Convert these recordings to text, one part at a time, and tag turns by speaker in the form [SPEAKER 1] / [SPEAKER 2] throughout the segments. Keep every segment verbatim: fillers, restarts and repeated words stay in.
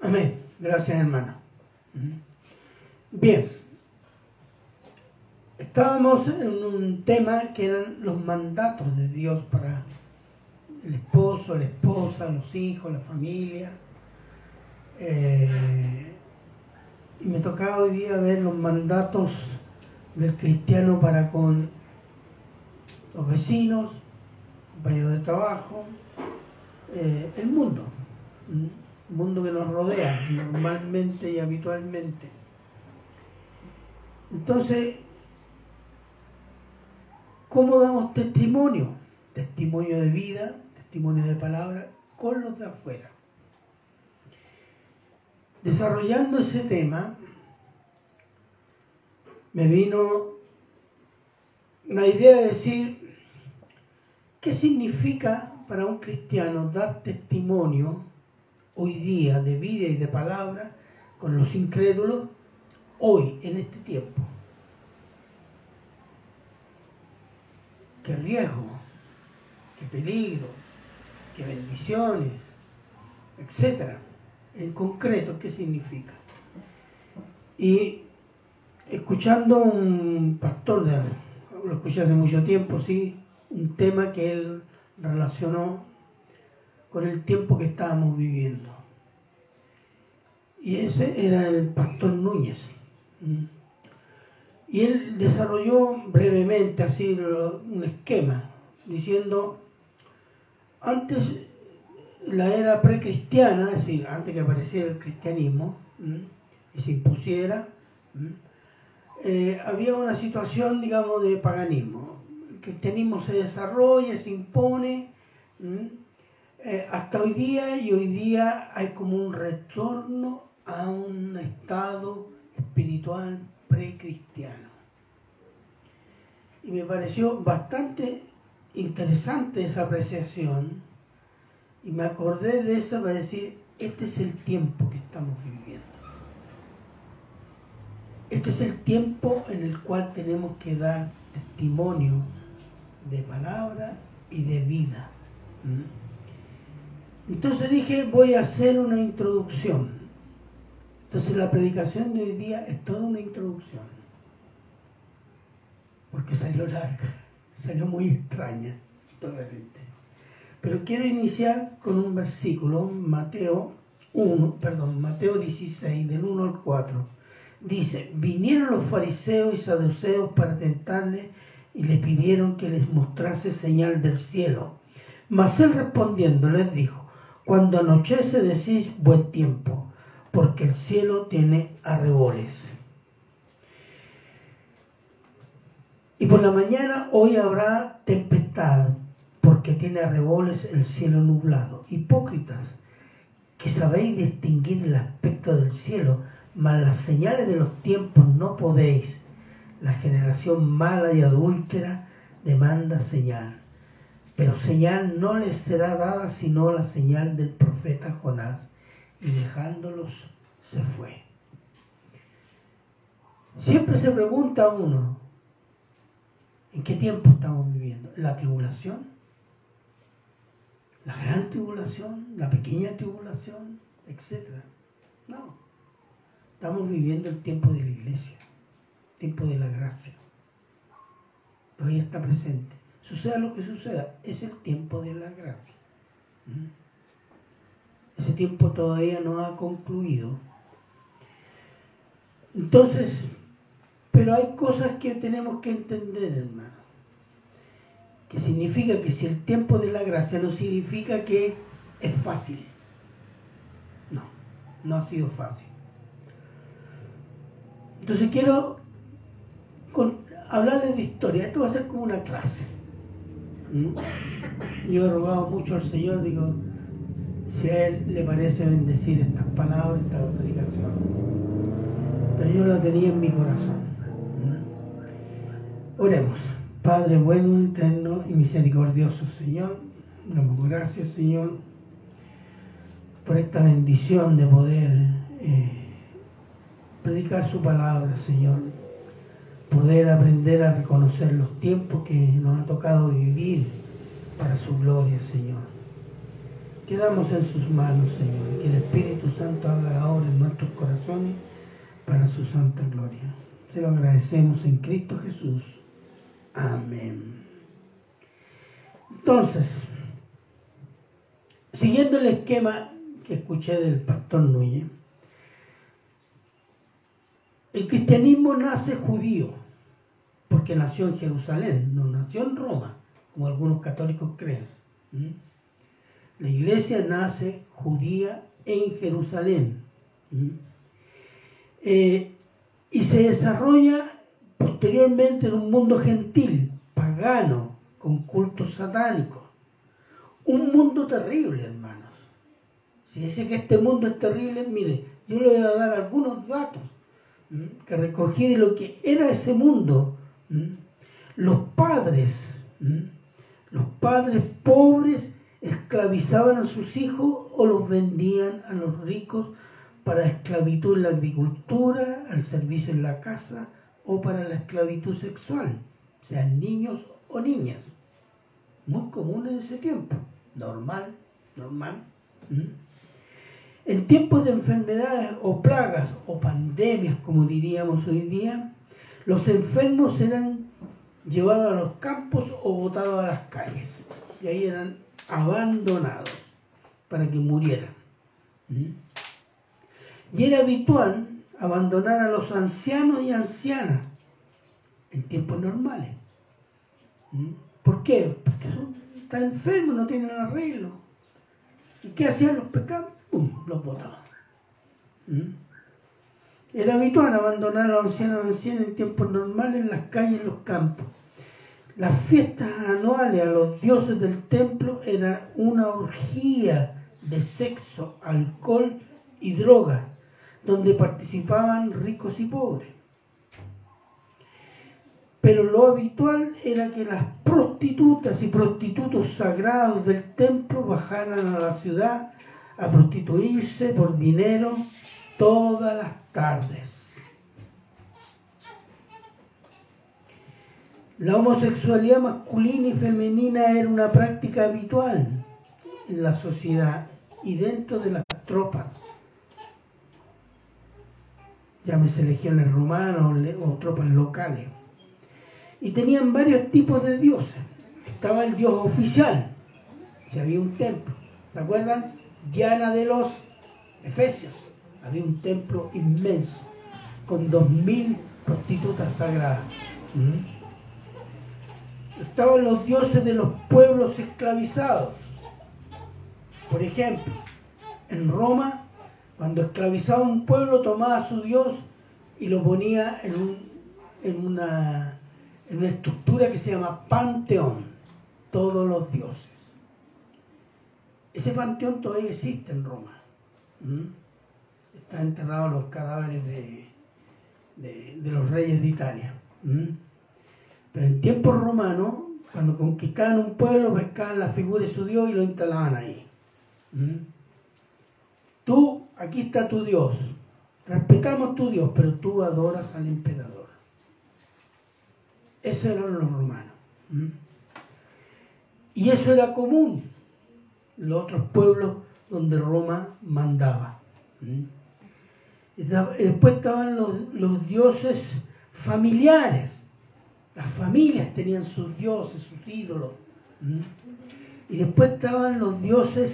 [SPEAKER 1] Amén. Gracias, hermano. Bien. Estábamos en un tema que eran los mandatos de Dios para el esposo, la esposa, los hijos, la familia. Eh, y me tocaba hoy día ver los mandatos del cristiano para con los vecinos, compañeros de trabajo, eh, el mundo, el mundo que nos rodea normalmente y habitualmente. Entonces, ¿cómo damos testimonio? Testimonio de vida, testimonio de palabra, con los de afuera. Desarrollando ese tema, me vino la idea de decir, ¿qué significa para un cristiano dar testimonio hoy día de vida y de palabra con los incrédulos hoy, en este tiempo? ¿Qué riesgo? ¿Qué peligro? ¿Qué bendiciones? Etcétera. En concreto, ¿qué significa? Y escuchando a un pastor, de, lo escuché hace mucho tiempo, sí, un tema que él relacionó con el tiempo que estábamos viviendo. Y ese era el pastor Núñez. Y él desarrolló brevemente así un esquema, diciendo, antes la era precristiana, es decir, antes que apareciera el cristianismo y se impusiera, eh, había una situación, digamos, de paganismo. El cristianismo se desarrolla, se impone, eh, hasta hoy día, y hoy día hay como un retorno a un estado espiritual precristiano. Y me pareció bastante interesante esa apreciación, y me acordé de eso para decir, este es el tiempo que estamos viviendo. Este es el tiempo en el cual tenemos que dar testimonio de palabra y de vida. Entonces dije, voy a hacer una introducción. Entonces la predicación de hoy día es toda una introducción, porque salió larga, salió muy extraña totalmente. Pero quiero iniciar con un versículo, Mateo uno, perdón, Mateo dieciséis, del uno al cuatro. Dice, vinieron los fariseos y saduceos para tentarle y le pidieron que les mostrase señal del cielo. Mas él respondiendo les dijo, cuando anochece decís buen tiempo, porque el cielo tiene arreboles. Y por la mañana hoy habrá tempestad, porque tiene arreboles el cielo nublado. Hipócritas, que sabéis distinguir el aspecto del cielo, mas las señales de los tiempos no podéis. La generación mala y adúltera demanda señal, pero señal no les será dada sino la señal del profeta Jonás. Y dejándolos se fue. Siempre se pregunta a uno, ¿en qué tiempo estamos viviendo? ¿La tribulación? ¿La gran tribulación? ¿La pequeña tribulación? Etcétera. No. Estamos viviendo el tiempo de la iglesia, el tiempo de la gracia. Todavía está presente. Suceda lo que suceda, es el tiempo de la gracia. Ese tiempo todavía no ha concluido. Entonces, pero hay cosas que tenemos que entender, hermano. Que significa que si el tiempo de la gracia no significa que es fácil. No, no ha sido fácil. Entonces quiero con, hablarles de historia. Esto va a ser como una clase. ¿Mm? Yo he rogado mucho al Señor, digo, si a Él le parece bendecir estas palabras, esta predicación. Pero yo la tenía en mi corazón. Oremos. Padre bueno, eterno y misericordioso Señor, damos gracias, Señor, por esta bendición de poder eh, predicar su palabra, Señor, poder aprender a reconocer los tiempos que nos ha tocado vivir para su gloria, Señor. Quedamos en sus manos, Señor, y que el Espíritu Santo haga ahora en nuestros corazones para su santa gloria. Se lo agradecemos en Cristo Jesús. Amén. Entonces, siguiendo el esquema que escuché del pastor Núñez, el cristianismo nace judío, porque nació en Jerusalén, no nació en Roma, como algunos católicos creen. ¿Mm? La iglesia nace judía en Jerusalén. ¿Mm? Eh, y se desarrolla posteriormente en un mundo gentil, pagano, con cultos satánicos. Un mundo terrible, hermanos. Si dice que este mundo es terrible, mire, yo le voy a dar algunos datos ¿m? que recogí de lo que era ese mundo. ¿m? Los padres, ¿m? los padres pobres esclavizaban a sus hijos o los vendían a los ricos para esclavitud en la agricultura, al servicio en la casa o para la esclavitud sexual, sean niños o niñas. Muy común en ese tiempo. Normal, normal. ¿Mm? En tiempos de enfermedades o plagas o pandemias, como diríamos hoy día, los enfermos eran llevados a los campos o botados a las calles. Y ahí eran abandonados para que murieran. ¿Mm? Y era habitual abandonar a los ancianos y ancianas en tiempos normales. ¿Mm? ¿Por qué? Porque son, están enfermos, no tienen arreglo. ¿Y qué hacían los pecados? ¡Pum! Los botaban. ¿Mm? Era habitual abandonar a los ancianos y ancianas en tiempos normales en las calles y en los campos. Las fiestas anuales a los dioses del templo eran una orgía de sexo, alcohol y drogas, donde participaban ricos y pobres. Pero lo habitual era que las prostitutas y prostitutos sagrados del templo bajaran a la ciudad a prostituirse por dinero todas las tardes. La homosexualidad masculina y femenina era una práctica habitual en la sociedad y dentro de las tropas. Llámese legiones romanas o tropas locales. Y tenían varios tipos de dioses. Estaba el dios oficial, si había un templo. ¿Se acuerdan? Diana de los Efesios. Había un templo inmenso, con dos mil prostitutas sagradas. ¿Mm? Estaban los dioses de los pueblos esclavizados. Por ejemplo, en Roma, cuando esclavizaba un pueblo, tomaba a su dios y lo ponía en, un, en, una, en una estructura que se llama panteón, todos los dioses. Ese panteón todavía existe en Roma. ¿Mm? Están enterrados los cadáveres de, de, de los reyes de Italia. ¿Mm? Pero en tiempos romanos, cuando conquistaban un pueblo, pescaban la figura de su dios y lo instalaban ahí. ¿Mm? Tú, aquí está tu Dios. Respetamos tu Dios, pero tú adoras al emperador. Eso eran los romanos. ¿Mm? Y eso era común en los otros pueblos donde Roma mandaba. ¿Mm? Y después estaban los, los dioses familiares. Las familias tenían sus dioses, sus ídolos. ¿Mm? Y después estaban los dioses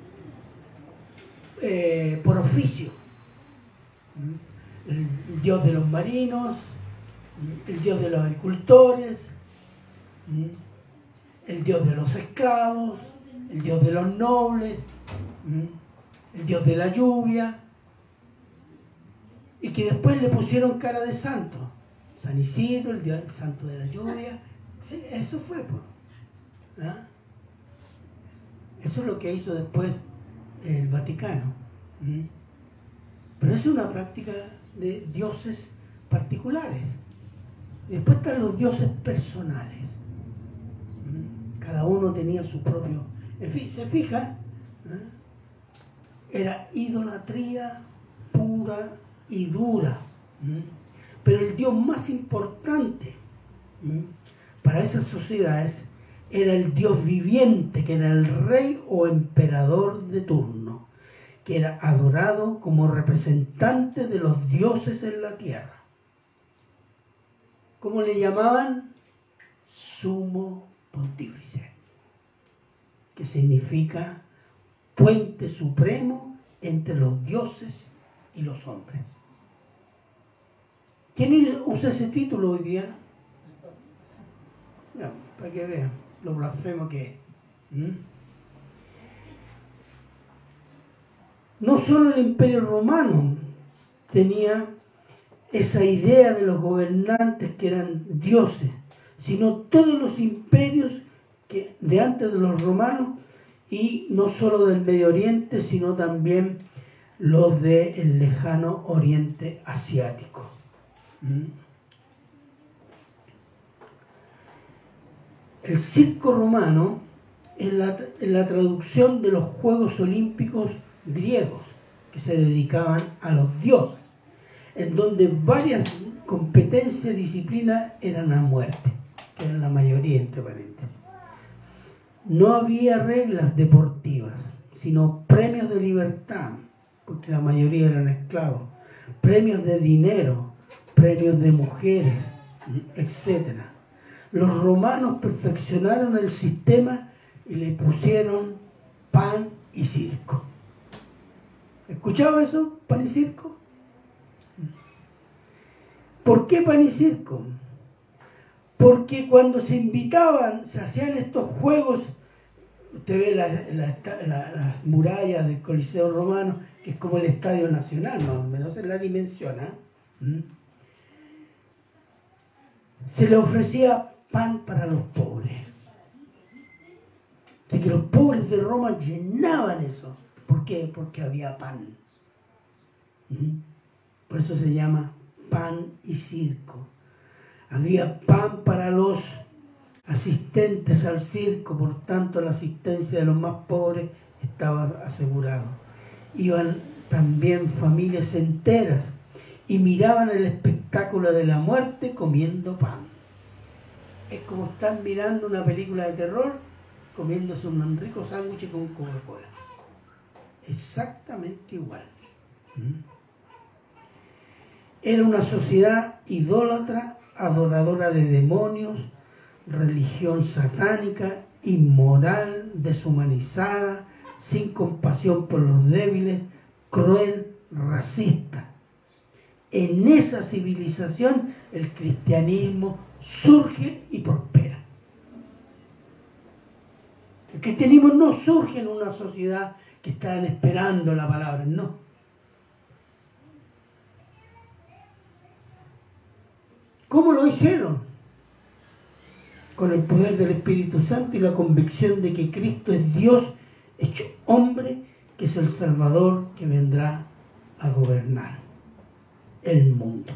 [SPEAKER 1] eh, por oficio. ¿Mm? El, el dios de los marinos, el dios de los agricultores, ¿Mm? el dios de los esclavos, el dios de los nobles, ¿Mm? el dios de la lluvia, y que después le pusieron cara de santo. San Isidro, el, dios, el santo de la lluvia. Sí, eso fue. ¿Ah? Eso es lo que hizo después el Vaticano. ¿Mm? Pero es una práctica de dioses particulares. Y después están los dioses personales. ¿Mm? Cada uno tenía su propio... En fin, se fija, ¿eh? Era idolatría pura y dura. ¿Mm? Pero el dios más importante ¿m? para esas sociedades era el dios viviente, que era el rey o emperador de turno. que era adorado como representante de los dioses en la tierra. ¿Cómo le llamaban? Sumo Pontífice, que significa puente supremo entre los dioses y los hombres. ¿Quién usa ese título hoy día? No, para que vean lo blasfemo que es. ¿Mm? No solo el Imperio Romano tenía esa idea de los gobernantes que eran dioses, sino todos los imperios que de antes de los romanos, y no solo del Medio Oriente, sino también los del lejano Oriente Asiático. ¿Mm? El circo romano es la, es la traducción de los Juegos Olímpicos griegos, que se dedicaban a los dioses, en donde varias competencias, disciplinas eran a muerte, que eran la mayoría, entre paréntesis. No había reglas deportivas, sino premios de libertad, porque la mayoría eran esclavos, premios de dinero, premios de mujeres, etcétera. Los romanos perfeccionaron el sistema y le pusieron pan y circo. ¿Escuchaba eso? ¿Pan y circo? ¿Por qué pan y circo? Porque cuando se invitaban, se hacían estos juegos, usted ve la, la, la, las murallas del Coliseo Romano, que es como el Estadio Nacional, más o menos en la dimensión, ¿eh? ¿Mm? Se le ofrecía pan para los pobres. Así que los pobres de Roma llenaban eso. ¿Por qué? Porque había pan. ¿Mm? Por eso se llama pan y circo. Había pan para los asistentes al circo, por tanto la asistencia de los más pobres estaba asegurada. Iban también familias enteras y miraban el espectáculo de la muerte comiendo pan. Es como estar mirando una película de terror comiéndose un rico sándwich con Coca-Cola. Exactamente igual. ¿Mm? Era una sociedad idólatra, adoradora de demonios, religión satánica, inmoral, deshumanizada, sin compasión por los débiles, cruel, racista. En esa civilización el cristianismo surge y prospera. El cristianismo no surge en una sociedad que estaban esperando la palabra, no. ¿Cómo lo hicieron? Con el poder del Espíritu Santo y la convicción de que Cristo es Dios hecho hombre, que es el Salvador que vendrá a gobernar el mundo.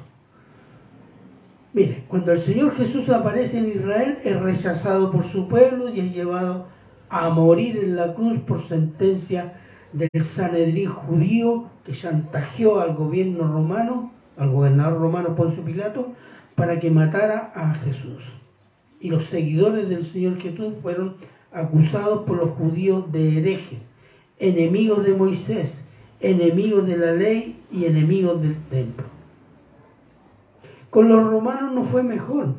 [SPEAKER 1] Mire, cuando el Señor Jesús aparece en Israel, es rechazado por su pueblo y es llevado a morir en la cruz por sentencia del Sanedrín judío, que chantajeó al gobierno romano, al gobernador romano Poncio Pilato, para que matara a Jesús. Y los seguidores del Señor Jesús fueron acusados por los judíos de herejes, enemigos de Moisés, enemigos de la ley y enemigos del templo. Con los romanos no fue mejor.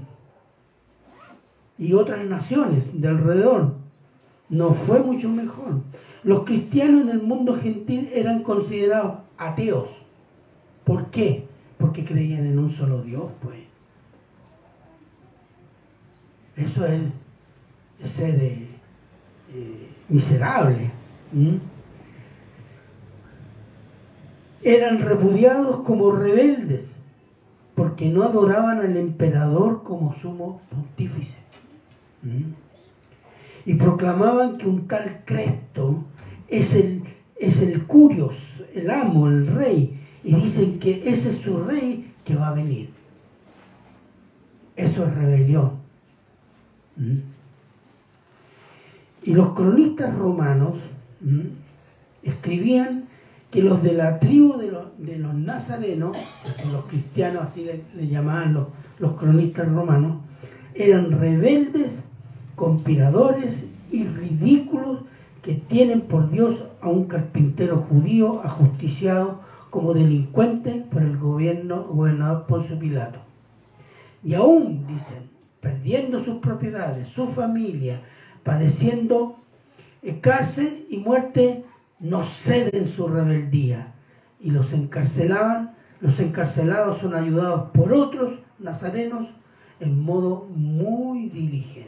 [SPEAKER 1] Y otras naciones de alrededor no fue mucho mejor. Los cristianos en el mundo gentil eran considerados ateos. ¿Por qué? Porque creían en un solo Dios, pues. Eso es, es ser eh, eh, miserable. ¿Mm? Eran repudiados como rebeldes porque no adoraban al emperador como sumo pontífice. ¿Mm? Y proclamaban que un tal Cresto es el, es el curios, el amo, el rey, y dicen que ese es su rey que va a venir. Eso es rebelión. ¿Mm? Y los cronistas romanos ¿Mm? escribían que los de la tribu de los, de los nazarenos, los cristianos así le, le llamaban los, los cronistas romanos, eran rebeldes, conspiradores y ridículos que tienen por Dios a un carpintero judío ajusticiado como delincuente por el gobierno gobernador Poncio Pilato. Y aún, dicen, perdiendo sus propiedades, su familia, padeciendo cárcel y muerte, no ceden su rebeldía y los encarcelaban. Los encarcelados son ayudados por otros nazarenos en modo muy diligente.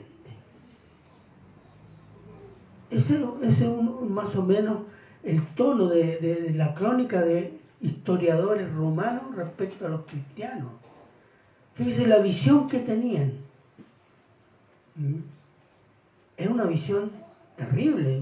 [SPEAKER 1] Ese, ese es un, más o menos el tono de, de, de la crónica de historiadores romanos respecto a los cristianos. Fíjense la visión que tenían. ¿Mm? Era una visión terrible.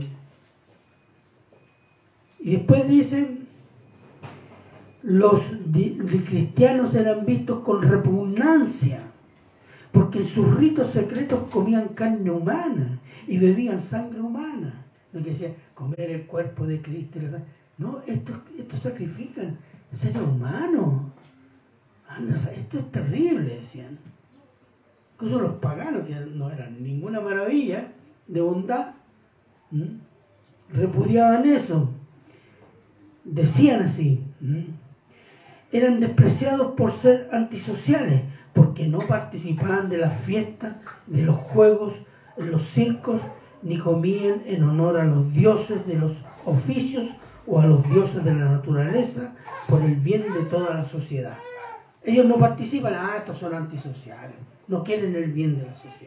[SPEAKER 1] Y después dicen, los di- cristianos eran vistos con repugnancia, porque en sus ritos secretos comían carne humana y bebían sangre humana. Lo que decía, comer el cuerpo de Cristo. No, estos, estos sacrifican seres humanos. Esto es terrible, decían. Incluso los paganos, que no eran ninguna maravilla de bondad, ¿m? repudiaban eso. Decían así. ¿m? Eran despreciados por ser antisociales, porque no participaban de las fiestas, de los juegos, en los circos, ni comían en honor a los dioses de los oficios o a los dioses de la naturaleza, por el bien de toda la sociedad. Ellos no participan, ah, estos son antisociales, no quieren el bien de la sociedad.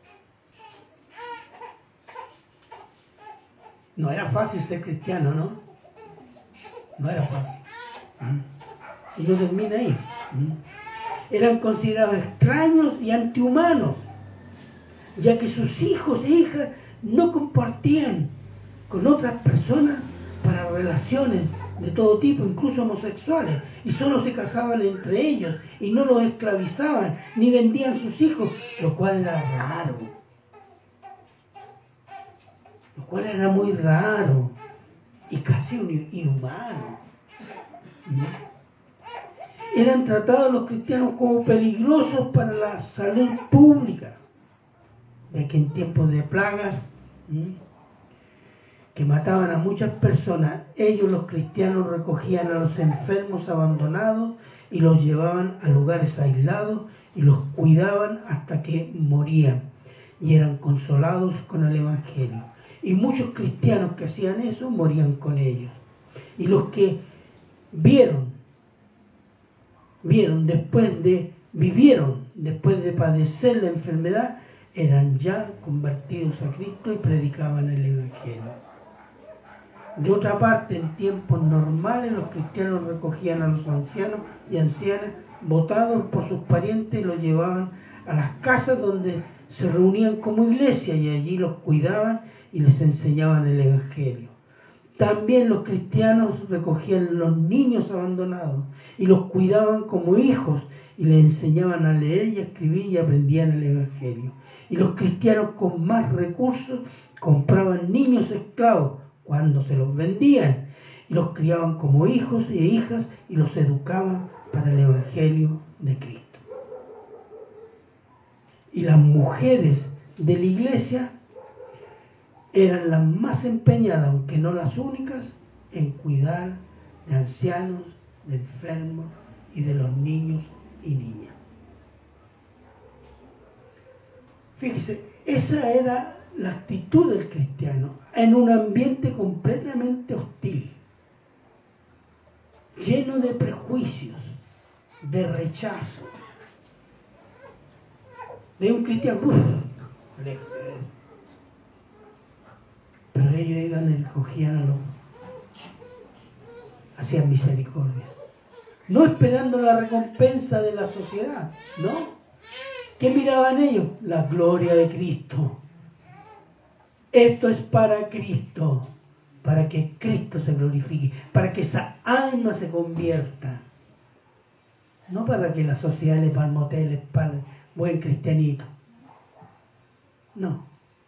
[SPEAKER 1] No era fácil ser cristiano, ¿no? No era fácil. Y no termina ahí. Eran considerados extraños y antihumanos, ya que sus hijos e hijas no compartían con otras personas para relaciones de todo tipo, incluso homosexuales, y solo se casaban entre ellos y no los esclavizaban ni vendían sus hijos, lo cual era raro. Lo cual era muy raro y casi inhumano. Eran tratados los cristianos como peligrosos para la salud pública, ya que en tiempos de plagas, ¿sí? que mataban a muchas personas, ellos los cristianos recogían a los enfermos abandonados y los llevaban a lugares aislados y los cuidaban hasta que morían y eran consolados con el Evangelio. Y muchos cristianos que hacían eso morían con ellos. Y los que vieron, vieron después de, vivieron después de padecer la enfermedad, eran ya convertidos a Cristo y predicaban el Evangelio. De otra parte, en tiempos normales, los cristianos recogían a los ancianos y ancianas votados por sus parientes y los llevaban a las casas donde se reunían como iglesia y allí los cuidaban y les enseñaban el Evangelio. También los cristianos recogían los niños abandonados y los cuidaban como hijos y les enseñaban a leer y a escribir y aprendían el Evangelio. Y los cristianos con más recursos compraban niños esclavos cuando se los vendían y los criaban como hijos e hijas y los educaban para el Evangelio de Cristo. Y las mujeres de la iglesia eran las más empeñadas, aunque no las únicas, en cuidar de ancianos, de enfermos y de los niños y niñas. Fíjese, esa era la actitud del cristiano en un ambiente completamente hostil, lleno de prejuicios, de rechazo. De un cristiano, ¡uf! Lejos de él. Pero ellos iban y cogían a los, hacían misericordia, no esperando la recompensa de la sociedad, ¿no? ¿Qué miraban ellos? La gloria de Cristo. Esto es para Cristo, para que Cristo se glorifique, para que esa alma se convierta, no para que la sociedad le palmotee el espalda, buen cristianito. No.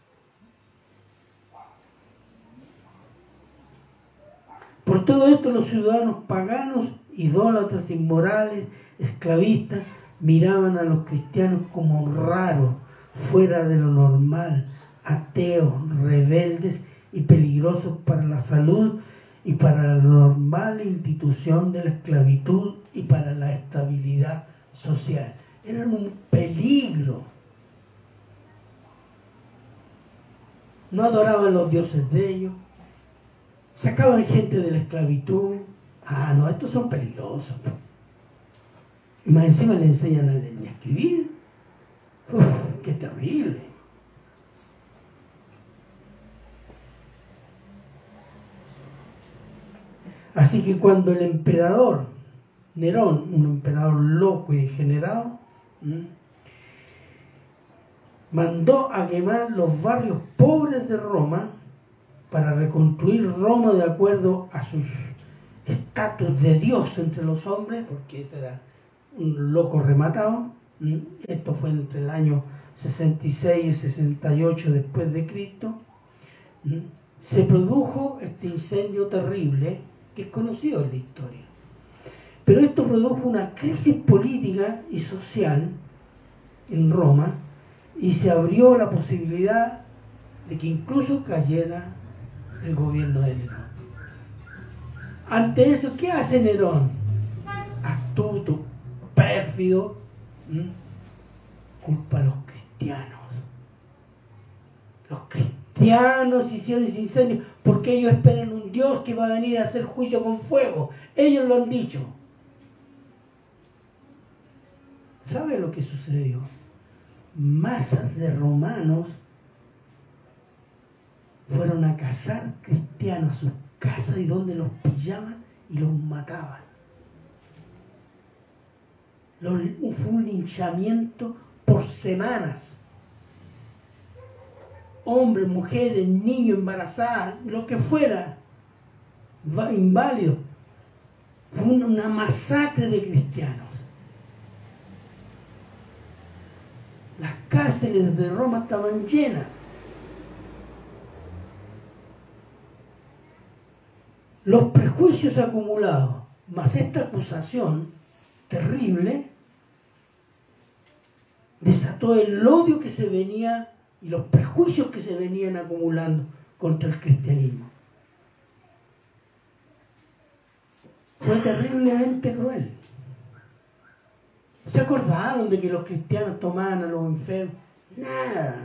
[SPEAKER 1] Por todo esto, los ciudadanos paganos, idólatras, inmorales, esclavistas, miraban a los cristianos como raros, fuera de lo normal, ateos, rebeldes y peligrosos para la salud y para la normal institución de la esclavitud y para la estabilidad social. Eran un peligro. No adoraban los dioses de ellos, sacaban gente de la esclavitud. Ah, no, estos son peligrosos. Y más encima le enseñan a leer y a escribir. Uf, qué terrible. Así que cuando el emperador Nerón, un emperador loco y degenerado, ¿m? mandó a quemar los barrios pobres de Roma para reconstruir Roma de acuerdo a sus estatus de Dios entre los hombres, porque ese era un loco rematado. ¿m? Esto fue entre el año sesenta y seis y sesenta y ocho después de Cristo. ¿m? Se produjo este incendio terrible que es conocido en la historia. Pero esto produjo una crisis política y social en Roma y se abrió la posibilidad de que incluso cayera el gobierno de Nerón. Ante eso, ¿qué hace Nerón? Astuto, pérfido, ¿m? culpa a los cristianos. Los cristianos hicieron ese incendio porque ellos esperan un Dios que va a venir a hacer juicio con fuego. Ellos lo han dicho. ¿Sabe lo que sucedió? Masas de romanos fueron a cazar cristianos a sus casas y donde los pillaban y los mataban. Los, fue un linchamiento por semanas. Hombres, mujeres, niños, embarazadas, lo que fuera, inválidos. Fue una masacre de cristianos. Las cárceles de Roma estaban llenas. Los prejuicios acumulados, más esta acusación terrible, desató el odio que se venía y los prejuicios que se venían acumulando contra el cristianismo. Fue terriblemente cruel. ¿Se acordaron de que los cristianos tomaban a los enfermos? Nada.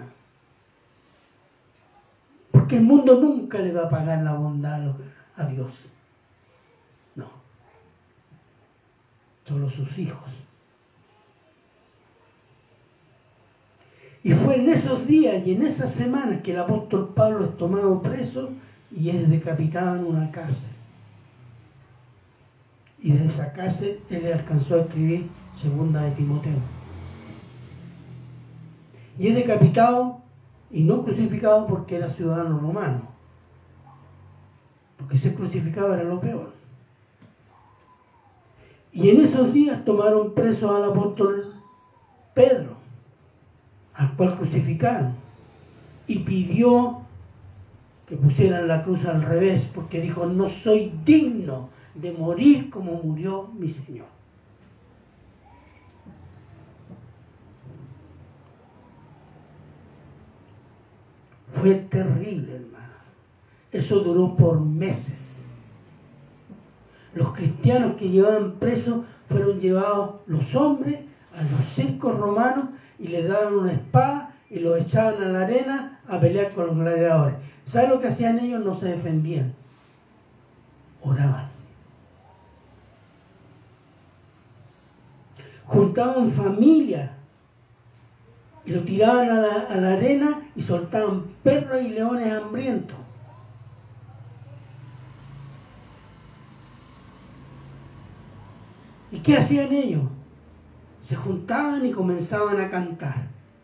[SPEAKER 1] Porque el mundo nunca le va a pagar la bondad a Dios. No. Solo sus hijos. Y fue en esos días y en esas semanas que el apóstol Pablo es tomado preso y es decapitado en una cárcel. Y de esa cárcel él le alcanzó a escribir segunda de Timoteo. Y es decapitado y no crucificado porque era ciudadano romano. Porque ser crucificado era lo peor. Y en esos días tomaron preso al apóstol Pedro, al cual crucificaron, y pidió que pusieran la cruz al revés, porque dijo: no soy digno de morir como murió mi Señor. Fue terrible, hermano. Eso duró por meses. Los cristianos que llevaban presos fueron llevados, los hombres, a los circos romanos y les daban una espada y los echaban a la arena a pelear con los gladiadores. ¿Saben lo que hacían ellos? No se defendían. Oraban. Juntaban familias y lo tiraban a la, a la arena y soltaban perros y leones hambrientos. ¿Y qué hacían ellos? Se juntaban y comenzaban a cantar.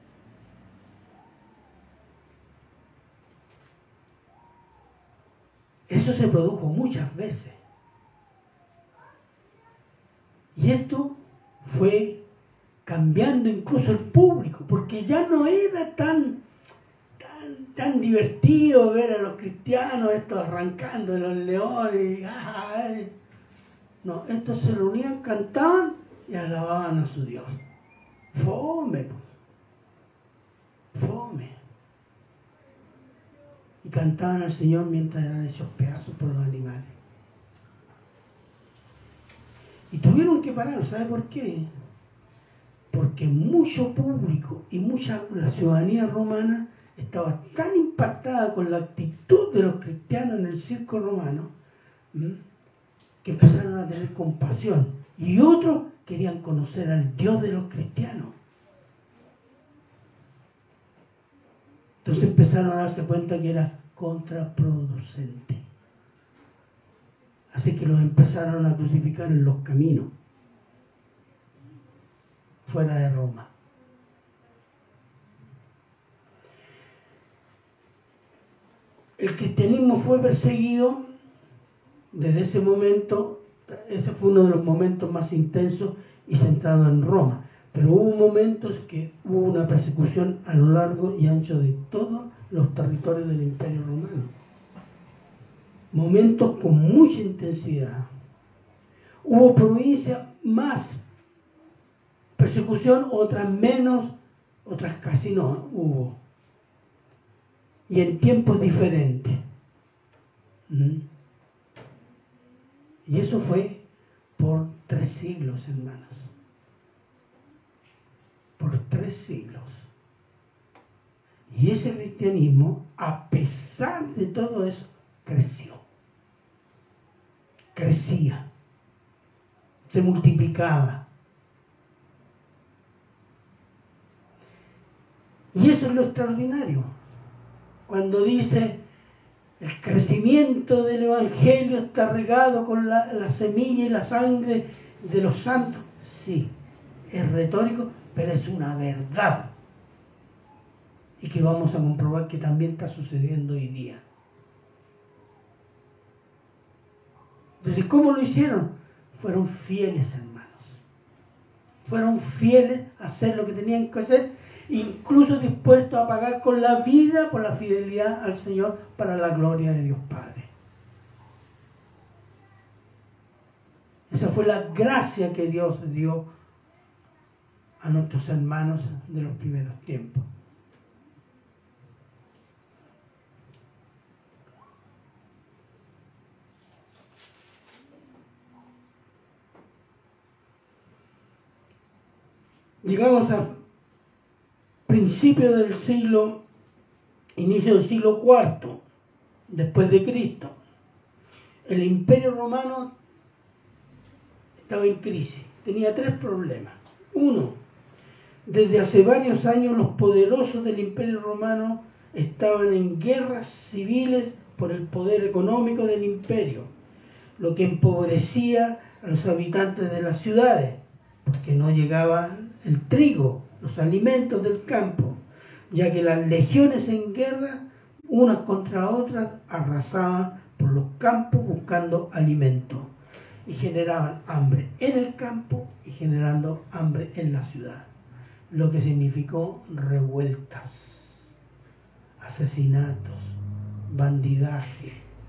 [SPEAKER 1] Eso se produjo muchas veces. Y esto fue cambiando incluso el público, porque ya no era tan, tan, tan divertido ver a los cristianos estos arrancando de los leones. Y, ¡ay! No, estos se reunían, cantaban y alababan a su Dios. Fome, fome. Y cantaban al Señor mientras eran hechos pedazos por los animales. que parar, ¿sabe por qué? Porque mucho público y mucha la ciudadanía romana estaba tan impactada con la actitud de los cristianos en el circo romano, ¿m? que empezaron a tener compasión. Y otros querían conocer al Dios de los cristianos. Entonces empezaron a darse cuenta que era contraproducente. Así que los empezaron a crucificar en los caminos, fuera de Roma. El cristianismo fue perseguido desde ese momento. Ese fue uno de los momentos más intensos y centrados en Roma. Pero hubo momentos que hubo una persecución a lo largo y ancho de todos los territorios del Imperio Romano. Momentos con mucha intensidad. Hubo provincias más persecución, otras menos, otras casi no hubo. Y en tiempos diferentes. ¿Mm? Y eso fue por tres siglos, hermanos. Por tres siglos. Y ese cristianismo, a pesar de todo eso, creció. Crecía. Se multiplicaba. Y eso es lo extraordinario. Cuando dice, el crecimiento del Evangelio está regado con la, la semilla y la sangre de los santos. Sí, es retórico, pero es una verdad. Y que vamos a comprobar que también está sucediendo hoy día. Entonces, ¿cómo lo hicieron? Fueron fieles, hermanos. Fueron fieles a hacer lo que tenían que hacer, incluso dispuestos a pagar con la vida por la fidelidad al Señor para la gloria de Dios Padre. Esa fue la gracia que Dios dio a nuestros hermanos de los primeros tiempos. Llegamos a principio del siglo, inicio del siglo cuarto, después de Cristo. El Imperio Romano estaba en crisis, tenía tres problemas. Uno, desde hace varios años los poderosos del Imperio Romano estaban en guerras civiles por el poder económico del imperio, lo que empobrecía a los habitantes de las ciudades, porque no llegaba el trigo, los alimentos del campo, ya que las legiones en guerra, unas contra otras, arrasaban por los campos buscando alimento y generaban hambre en el campo y generando hambre en la ciudad, lo que significó revueltas, asesinatos, bandidaje,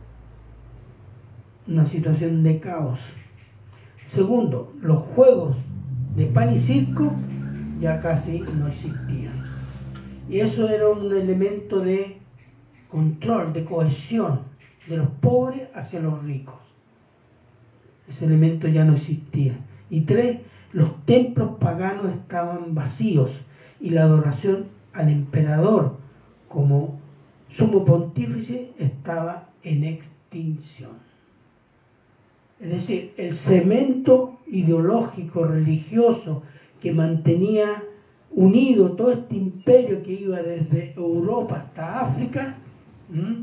[SPEAKER 1] una situación de caos. Segundo, los juegos de pan y circo ya casi no existían. Y eso era un elemento de control, de cohesión de los pobres hacia los ricos. Ese elemento ya no existía. Y tres, los templos paganos estaban vacíos y la adoración al emperador como sumo pontífice estaba en extinción. Es decir, el cemento ideológico, religioso, que mantenía unido todo este imperio que iba desde Europa hasta África, ¿m?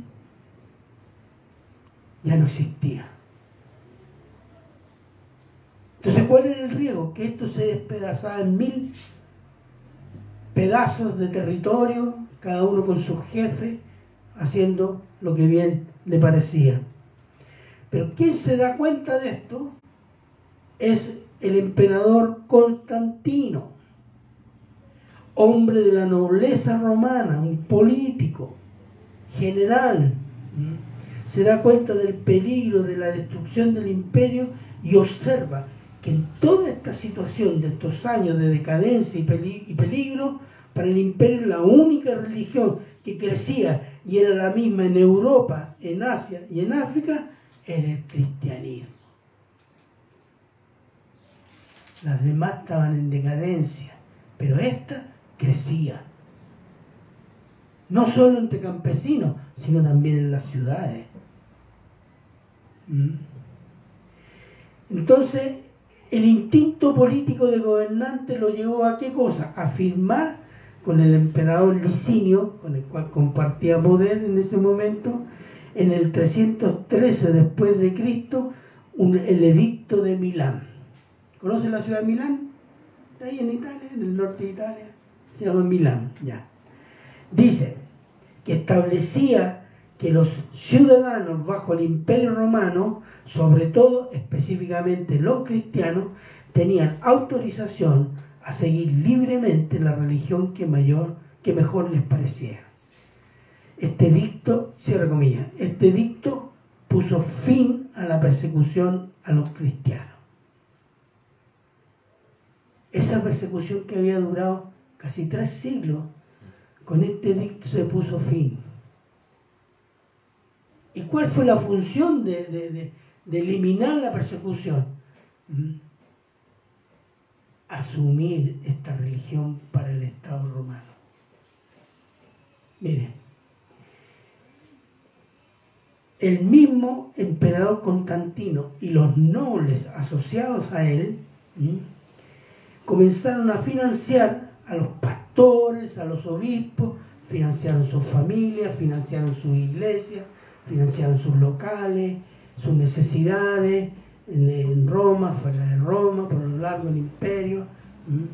[SPEAKER 1] ya no existía. Entonces, ¿cuál era el riesgo? Que esto se despedazaba en mil pedazos de territorio, cada uno con su jefe, haciendo lo que bien le parecía. Pero ¿quién se da cuenta de esto? Es el emperador Constantino, hombre de la nobleza romana, un político, general. Se da cuenta del peligro de la destrucción del imperio y observa que en toda esta situación de estos años de decadencia y peligro, para el imperio la única religión que crecía y era la misma en Europa, en Asia y en África, era el cristianismo. las demás estaban en decadencia, pero esta crecía. No solo entre campesinos, sino también en las ciudades. ¿Mm? Entonces, el instinto político del gobernante lo llevó a ¿qué cosa? A firmar con el emperador Licinio, con el cual compartía poder en ese momento, en el trescientos trece después de Cristo, un, el edicto de Milán. ¿Conocen la ciudad de Milán? Está ahí en Italia, en el norte de Italia. Se llama Milán, ya. Dice que establecía que los ciudadanos bajo el Imperio Romano, sobre todo específicamente los cristianos, tenían autorización a seguir libremente la religión que mayor, que mejor les pareciera. Este edicto, cierra comillas, este edicto puso fin a la persecución a los cristianos. Esa persecución que había durado casi tres siglos, con este edicto se puso fin. ¿Y cuál fue la función de, de, de, de eliminar la persecución? ¿Mm? Asumir esta religión para el Estado romano. Miren, el mismo emperador Constantino y los nobles asociados a él, ¿sí?, comenzaron a financiar a los pastores, a los obispos, financiaron sus familias, financiaron sus iglesias, financiaron sus locales, sus necesidades en, en Roma, fuera de Roma, por lo largo del imperio. ¿Mm?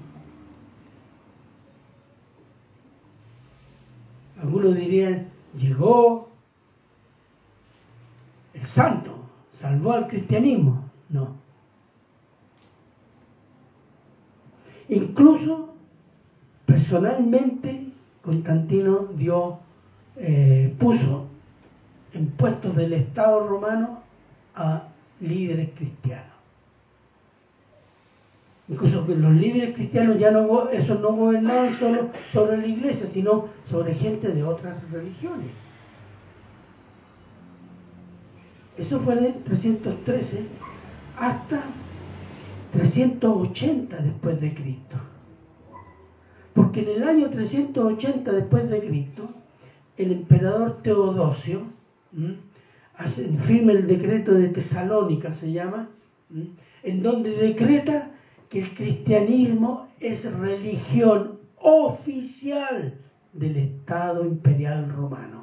[SPEAKER 1] Algunos dirían, llegó el santo, salvó al cristianismo. No. Incluso, personalmente, Constantino dio, eh, puso en puestos del Estado romano a líderes cristianos. Incluso que los líderes cristianos ya no, esos no gobernaban solo sobre la iglesia, sino sobre gente de otras religiones. Eso fue en el trescientos trece hasta trescientos ochenta después de Cristo. Porque en el año trescientos ochenta después de Cristo, el emperador Teodosio ¿m? Hace, firma el decreto de Tesalónica, se llama, ¿m? En donde decreta que el cristianismo es religión oficial del Estado imperial romano.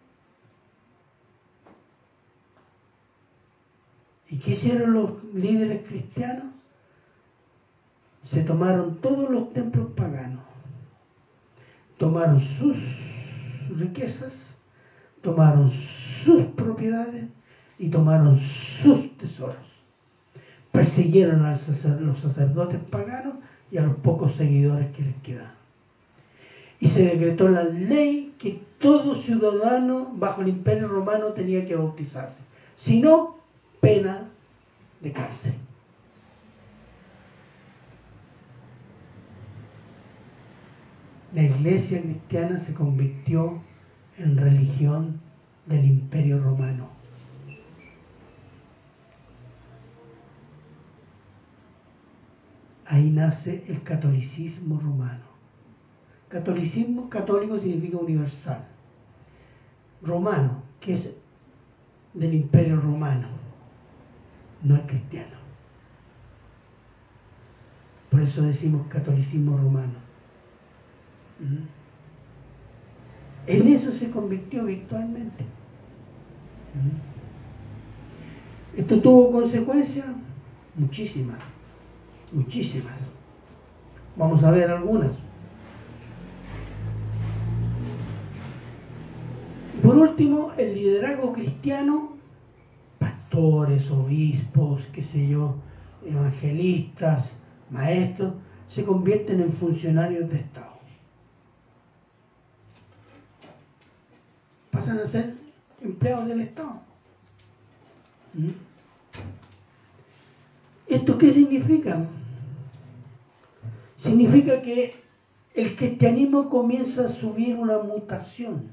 [SPEAKER 1] ¿Y qué hicieron los líderes cristianos? Se tomaron todos los templos paganos, tomaron sus riquezas, tomaron sus propiedades y tomaron sus tesoros. Persiguieron a los sacerdotes paganos y a los pocos seguidores que les quedaban. Y se decretó la ley que todo ciudadano bajo el Imperio Romano tenía que bautizarse. Si no, pena de cárcel. La iglesia cristiana se convirtió en religión del Imperio Romano. Ahí nace el catolicismo romano. Catolicismo, católico significa universal. Romano, que es del Imperio Romano, no es cristiano. Por eso decimos catolicismo romano. ¿Mm? En eso se convirtió virtualmente. ¿Mm? ¿Esto tuvo consecuencias? Muchísimas, muchísimas. Vamos a ver algunas. Por último, el liderazgo cristiano, pastores, obispos, qué sé yo, evangelistas, maestros, se convierten en funcionarios de Estado. Pasan a ser empleados del Estado. ¿Mm? ¿Esto qué significa? Significa que el cristianismo comienza a subir una mutación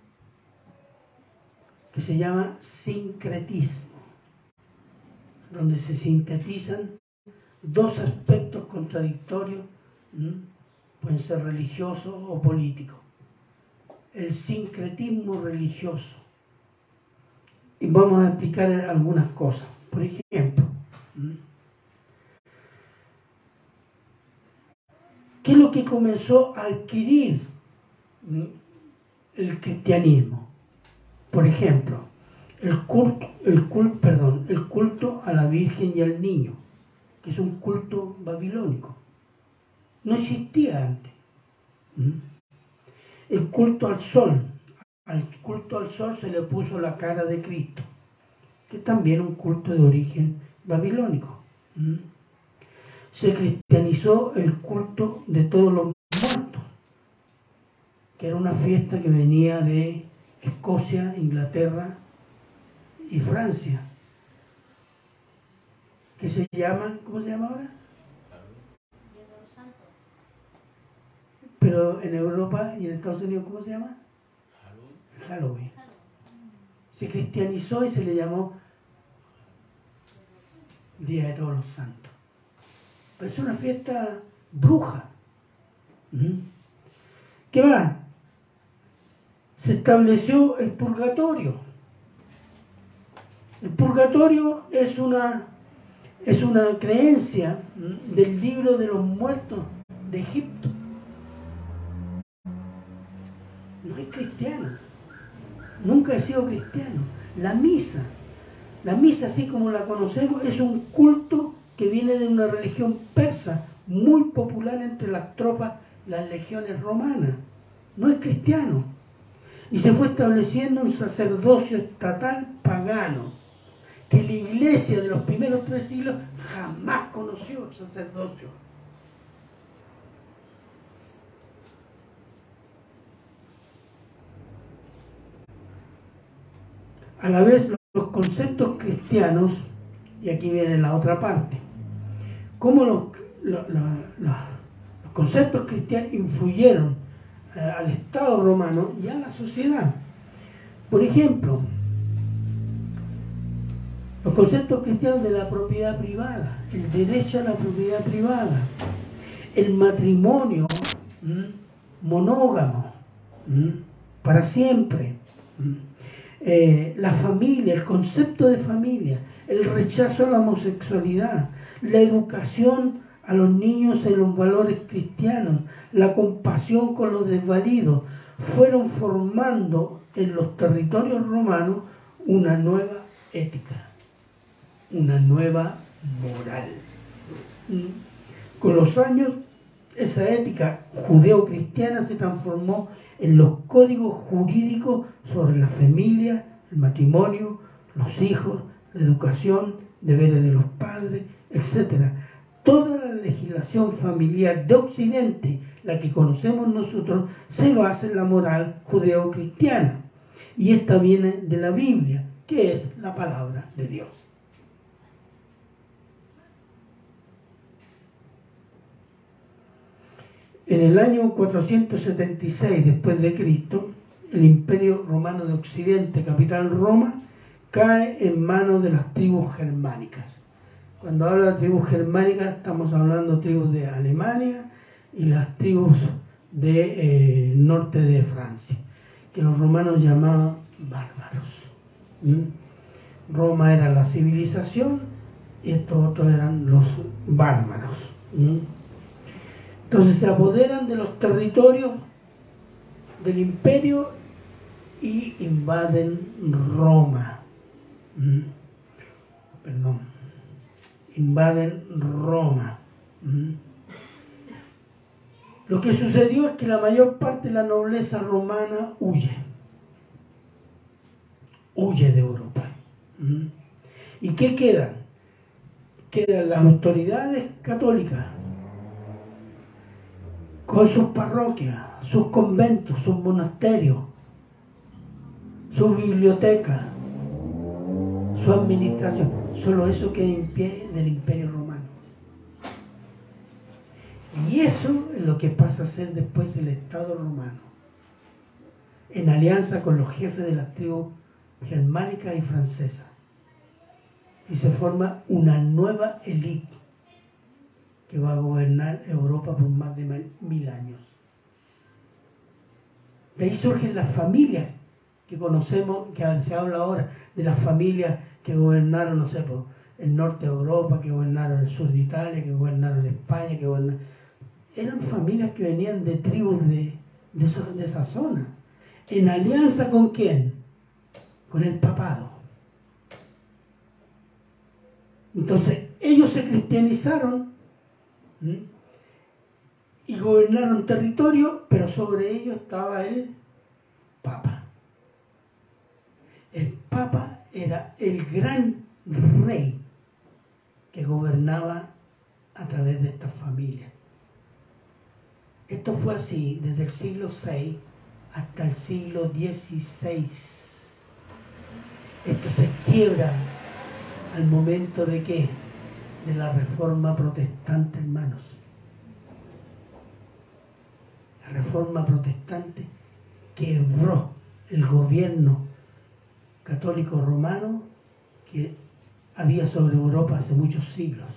[SPEAKER 1] que se llama sincretismo, donde se sintetizan dos aspectos contradictorios, ¿m? Pueden ser religiosos o políticos. El sincretismo religioso. Y vamos a explicar algunas cosas. Por ejemplo, ¿m? ¿qué es lo que comenzó a adquirir ¿m? el cristianismo? Por ejemplo, el culto, el culto, perdón, el culto a la Virgen y al Niño, que es un culto babilónico. No existía antes. ¿Mm? El culto al sol. Al culto al sol se le puso la cara de Cristo, que es también un culto de origen babilónico. ¿Mm? Se cristianizó el culto de todos los muertos, que era una fiesta que venía de Escocia, Inglaterra y Francia, que se llama, ¿cómo se llama ahora? Pero en Europa y en Estados Unidos, ¿cómo se llama? Halloween. Se cristianizó y se le llamó Día de Todos los Santos. Pero es una fiesta bruja. ¿Mm? ¿Qué va? Se estableció el purgatorio. El purgatorio es una, es una creencia ¿m? del libro de los muertos de Egipto. No es cristiana. Nunca he sido cristiano. La misa, la misa así como la conocemos, es un culto que viene de una religión persa muy popular entre las tropas, las legiones romanas. No es cristiano. Y se fue estableciendo un sacerdocio estatal pagano, que la iglesia de los primeros tres siglos jamás conoció el sacerdocio. A la vez, los conceptos cristianos, y aquí viene la otra parte, cómo los, los, los, los conceptos cristianos influyeron eh, al Estado romano y a la sociedad. Por ejemplo, los conceptos cristianos de la propiedad privada, el derecho a la propiedad privada, el matrimonio ¿m? monógamo, ¿m? para siempre, ¿m? Eh, la familia, el concepto de familia, el rechazo a la homosexualidad, la educación a los niños en los valores cristianos, la compasión con los desvalidos, fueron formando en los territorios romanos una nueva ética, una nueva moral. Con los años, esa ética judeo-cristiana se transformó en los códigos jurídicos sobre la familia, el matrimonio, los hijos, la educación, deberes de los padres, etcétera. Toda la legislación familiar de Occidente, la que conocemos nosotros, se basa en la moral judeo-cristiana. Y esta viene de la Biblia, que es la palabra de Dios. En el año cuatrocientos setenta y seis después de Cristo, el Imperio Romano de Occidente, capital Roma, cae en manos de las tribus germánicas. Cuando habla de tribus germánicas, estamos hablando de tribus de Alemania y las tribus del de, eh, norte de Francia, que los romanos llamaban bárbaros. ¿Mm? Roma era la civilización y estos otros eran los bárbaros. ¿Mm? Entonces se apoderan de los territorios del imperio y invaden Roma. ¿Mm? Perdón. Invaden Roma. ¿Mm? Lo que sucedió es que la mayor parte de la nobleza romana huye. Huye de Europa. ¿Mm? ¿Y qué quedan? Quedan las autoridades católicas con sus parroquias, sus conventos, sus monasterios, sus bibliotecas, su administración. Solo eso queda en pie del Imperio Romano. Y eso es lo que pasa a ser después el Estado romano, en alianza con los jefes de las tribus germánicas y francesas. Y se forma una nueva élite que va a gobernar Europa por más de mil años. De ahí surgen las familias que conocemos, que se habla ahora de las familias que gobernaron, no sé, pues, el norte de Europa, que gobernaron el sur de Italia, que gobernaron España, que gobernaron... Eran familias que venían de tribus de, de, esa, de esa zona. ¿En alianza con quién? Con el papado. Entonces, ellos se cristianizaron, ¿sí?, y gobernaron territorio, pero sobre ellos estaba el Papa. El Papa era el gran rey que gobernaba a través de estas familias. Esto fue así desde el siglo seis hasta el siglo dieciséis. Esto se quiebra al momento de qué? De la Reforma Protestante, hermanos. La Reforma Protestante quebró el gobierno católico romano que había sobre Europa hace muchos siglos.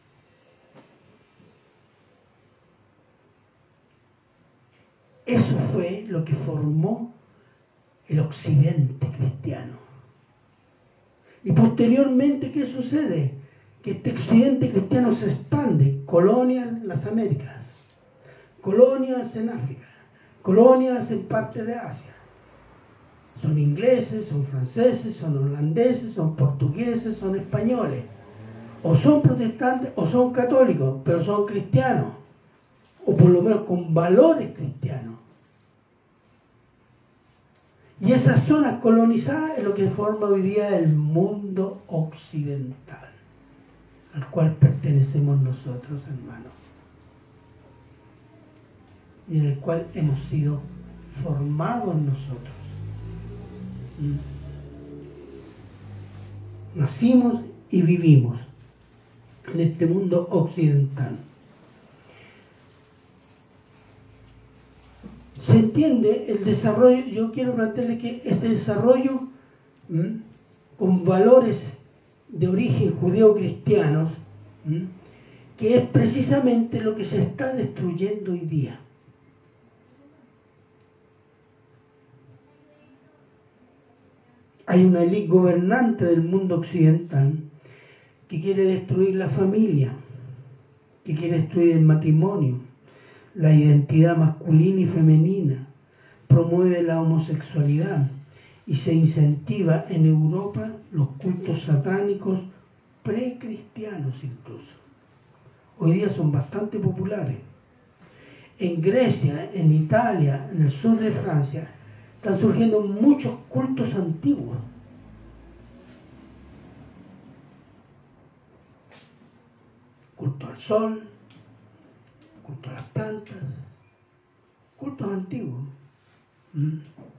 [SPEAKER 1] Eso fue lo que formó el occidente cristiano. Y posteriormente, ¿qué sucede? Que este occidente cristiano se expande. Colonias en las Américas, colonias en África, colonias en parte de Asia. Son ingleses, son franceses, son holandeses, son portugueses, son españoles. O son protestantes o son católicos, pero son cristianos. O por lo menos con valores cristianos. Y esa zona colonizada es lo que forma hoy día el mundo occidental, al cual pertenecemos nosotros, hermanos. Y en el cual hemos sido formados nosotros. ¿Mm? Nacimos y vivimos en este mundo occidental. Se entiende el desarrollo, yo quiero plantearle que este desarrollo, ¿m?, con valores de origen judeo-cristianos, ¿m?, que es precisamente lo que se está destruyendo hoy día. Hay una élite gobernante del mundo occidental que quiere destruir la familia, que quiere destruir el matrimonio, la identidad masculina y femenina, promueve la homosexualidad y se incentiva en Europa los cultos satánicos precristianos incluso. Hoy día son bastante populares. En Grecia, en Italia, en el sur de Francia, están surgiendo muchos cultos antiguos. Culto al sol, culto a las plantas, cultos antiguos. ¿Mm?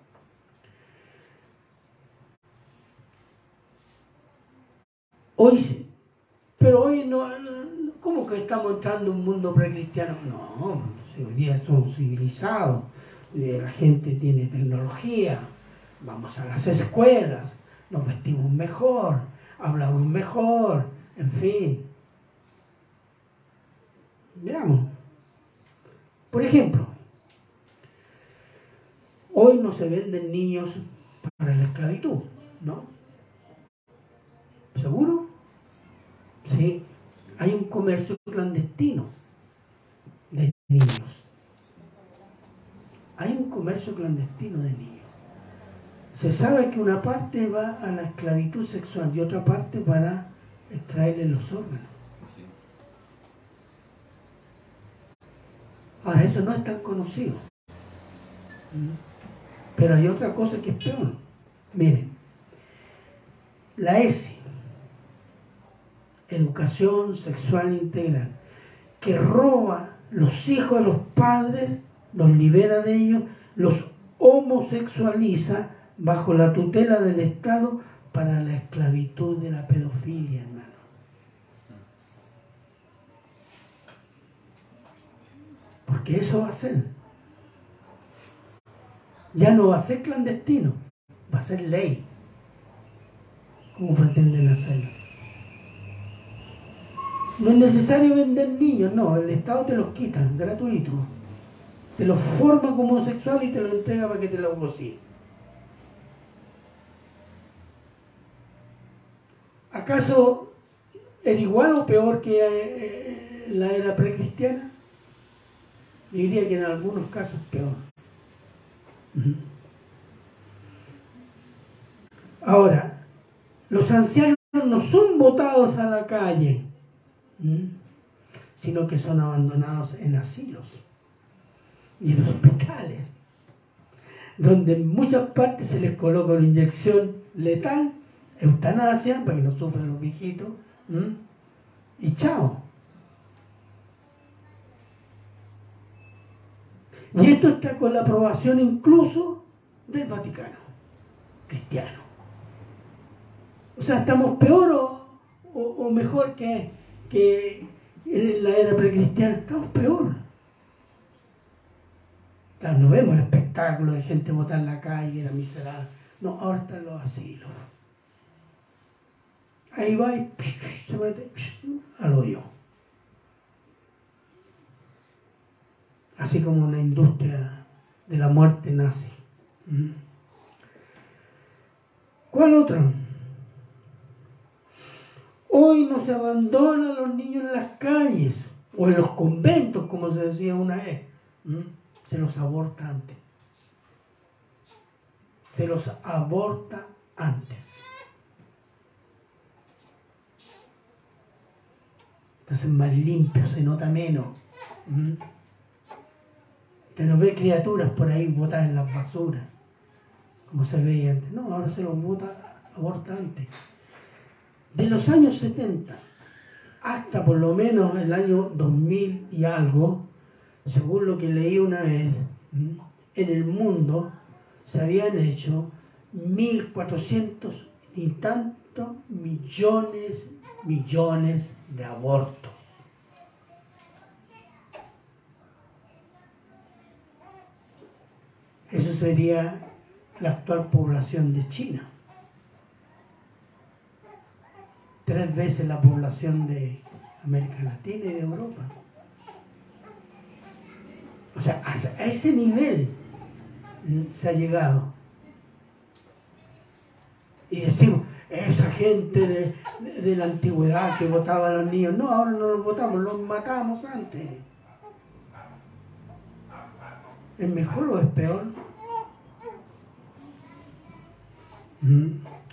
[SPEAKER 1] Hoy sí, pero hoy no, ¿cómo que estamos entrando en un mundo precristiano? No, si hoy día somos civilizados, la gente tiene tecnología, vamos a las escuelas, nos vestimos mejor, hablamos mejor, en fin. Veamos. Por ejemplo, hoy no se venden niños para la esclavitud, ¿no? ¿Seguro? Sí. Hay un comercio clandestino de niños. Hay un comercio clandestino de niños. Se sabe que una parte va a la esclavitud sexual y otra parte para extraerle los órganos. Ahora, eso no es tan conocido. Pero hay otra cosa que es peor. Miren, la E S I, Educación Sexual Integral, que roba los hijos de los padres, los libera de ellos, los homosexualiza bajo la tutela del Estado para la esclavitud de la pedofilia, hermano. Porque eso va a ser. Ya no va a ser clandestino, va a ser ley. ¿Cómo pretenden hacerlo? No es necesario vender niños, no, el Estado te los quita, gratuito. Te los forma como homosexual y te los entrega para que te los gocies. ¿Acaso era igual o peor que eh, la era precristiana? Yo diría que en algunos casos peor. Ahora, los ancianos no son botados a la calle, sino que son abandonados en asilos y en hospitales, donde en muchas partes se les coloca una inyección letal, eutanasia, para que no sufran los viejitos, ¿m? y chao. Y esto está con la aprobación incluso del Vaticano cristiano. O sea, ¿estamos peor o, o, o mejor que, que en la era precristiana? Estamos peor. Claro, no vemos el espectáculo de gente botada en la calle, la miserable. No, ahora están los asilos. Ahí va y se mete al hoyo. Así como una industria de la muerte nazi. ¿Cuál otra? Hoy no se abandona a los niños en las calles o en los conventos, como se decía una vez. Se los aborta antes. Se los aborta antes. Entonces más limpio, se nota menos. Usted no ve criaturas por ahí botadas en las basuras, como se veía antes. No, ahora se los bota, aborta antes. De los años setenta hasta por lo menos el año dos mil y algo, según lo que leí una vez, en el mundo se habían hecho mil cuatrocientos y tantos millones, millones de abortos. Eso sería la actual población de China. Tres veces la población de América Latina y de Europa. O sea, a ese nivel se ha llegado. Y decimos, esa gente de, de, de la antigüedad que votaba a los niños, no, ahora no los votamos, los matamos antes. ¿Es mejor o es peor? ¿Mm?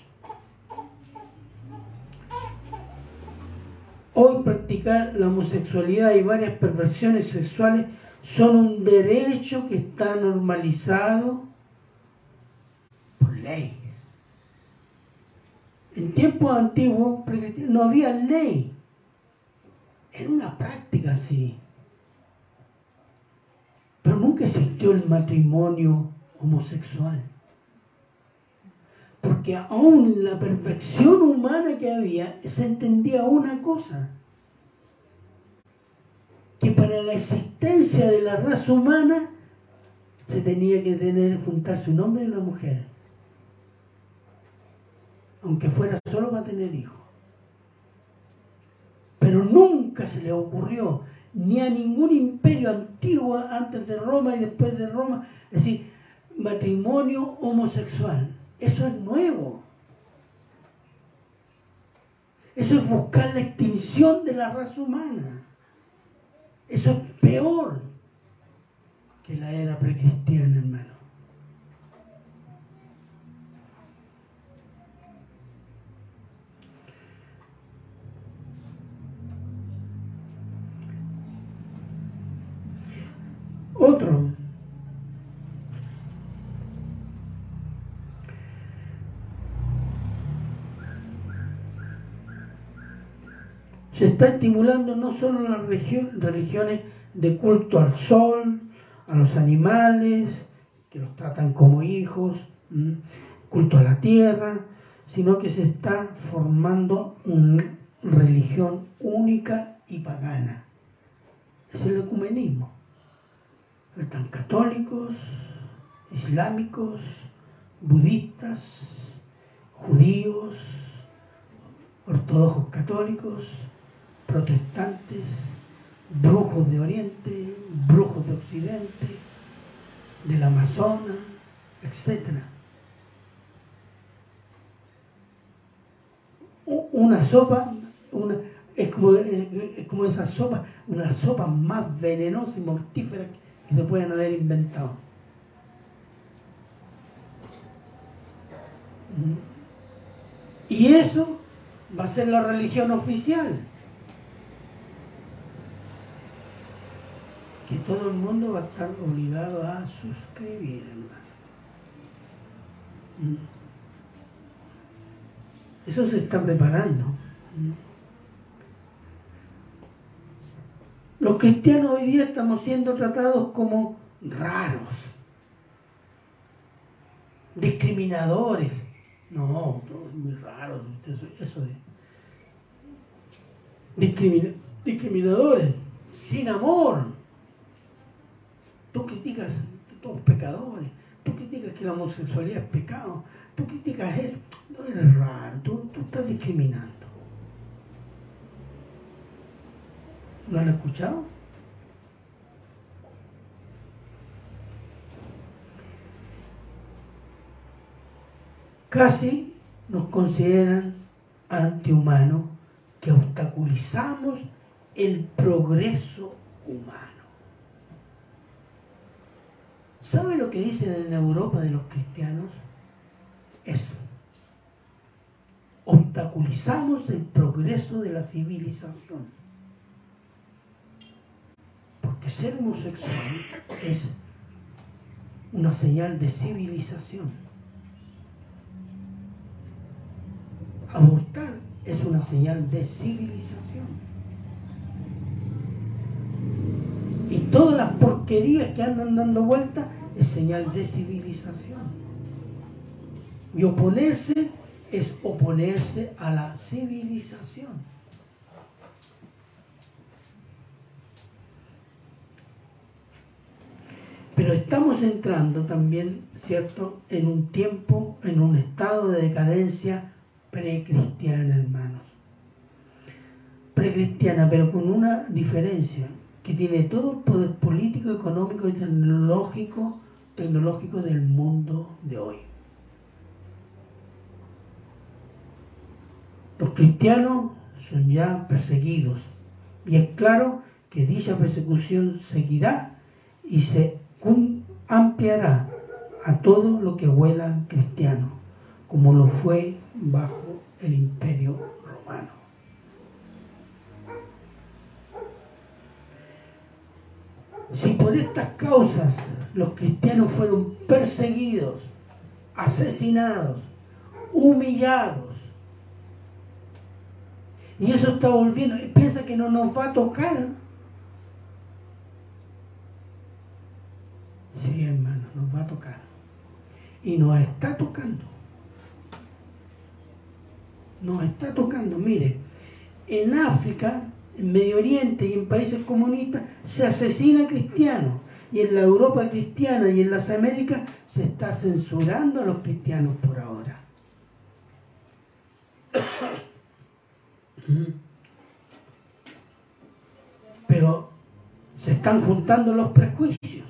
[SPEAKER 1] Hoy practicar la homosexualidad y varias perversiones sexuales son un derecho que está normalizado por ley. En tiempos antiguos no había ley. Era una práctica así. Pero nunca existió el matrimonio homosexual. Porque aún en la perfección humana que había, se entendía una cosa. Que para la existencia de la raza humana se tenía que tener, juntarse un hombre y una mujer. Aunque fuera solo para tener hijos. Pero nunca se le ocurrió, ni a ningún imperio antiguo antes de Roma y después de Roma, es decir, matrimonio homosexual. Eso es nuevo. Eso es buscar la extinción de la raza humana. Eso es peor que la era precristiana, hermano. Otro. Se está estimulando no solo las religiones de culto al sol, a los animales, que los tratan como hijos, culto a la tierra, sino que se está formando una religión única y pagana. Es el ecumenismo. Están católicos, islámicos, budistas, judíos, ortodoxos católicos, protestantes, brujos de Oriente, brujos de Occidente, del Amazonas, etcétera. Una sopa, una, es, como, es como esa sopa, una sopa más venenosa y mortífera que se pueden haber inventado. Y eso va a ser la religión oficial. Que todo el mundo va a estar obligado a suscribir, hermano. Eso se está preparando. Los cristianos hoy día estamos siendo tratados como raros, discriminadores. No, todo es muy raro. Eso, eso de discrimin, discriminadores, sin amor. Tú criticas a todos pecadores, tú criticas que la homosexualidad es pecado, tú criticas eso. No eres raro, tú, tú estás discriminando. ¿Lo han escuchado? Casi nos consideran antihumanos, que obstaculizamos el progreso humano. ¿Sabe lo que dicen en Europa de los cristianos? Eso. Obstaculizamos el progreso de la civilización. Porque ser homosexual es una señal de civilización. Abortar es una señal de civilización. Y todas las porquerías que andan dando vueltas es señal de civilización. Y oponerse es oponerse a la civilización. Pero estamos entrando también, ¿cierto?, en un tiempo, en un estado de decadencia precristiana, hermanos. Precristiana, pero con una diferencia, que tiene todo el poder político, económico y tecnológico, tecnológico del mundo de hoy. Los cristianos son ya perseguidos, y es claro que dicha persecución seguirá y se ampliará a todo lo que huela cristiano, como lo fue bajo el Imperio Romano. Si por estas causas los cristianos fueron perseguidos, asesinados, humillados, y eso está volviendo, piensa que no nos va a tocar. Sí, hermano, nos va a tocar. Y nos está tocando. Nos está tocando. Mire, en África, en Medio Oriente y en países comunistas se asesina a cristianos. Y en la Europa cristiana y en las Américas se está censurando a los cristianos por ahora. Pero se están juntando los prejuicios.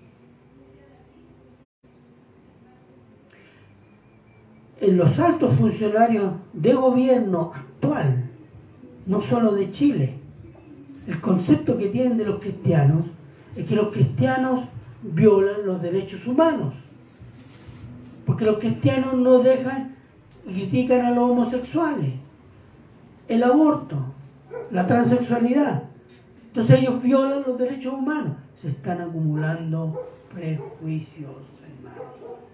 [SPEAKER 1] En los altos funcionarios de gobierno actual, no solo de Chile, el concepto que tienen de los cristianos es que los cristianos violan los derechos humanos, porque los cristianos no dejan y critican a los homosexuales, el aborto, la transexualidad. Entonces ellos violan los derechos humanos. Se están acumulando prejuicios, hermanos.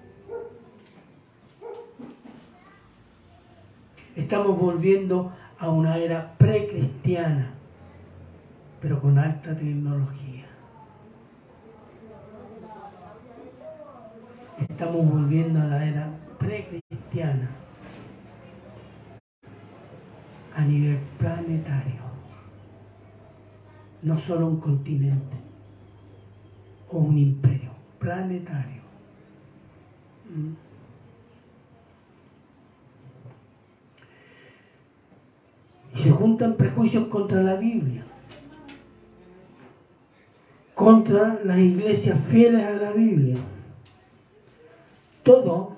[SPEAKER 1] Estamos volviendo a una era precristiana, pero con alta tecnología. Estamos volviendo a la era precristiana a nivel planetario, no solo un continente o un imperio, planetario. se juntan prejuicios contra la Biblia, contra las iglesias fieles a la Biblia. Todo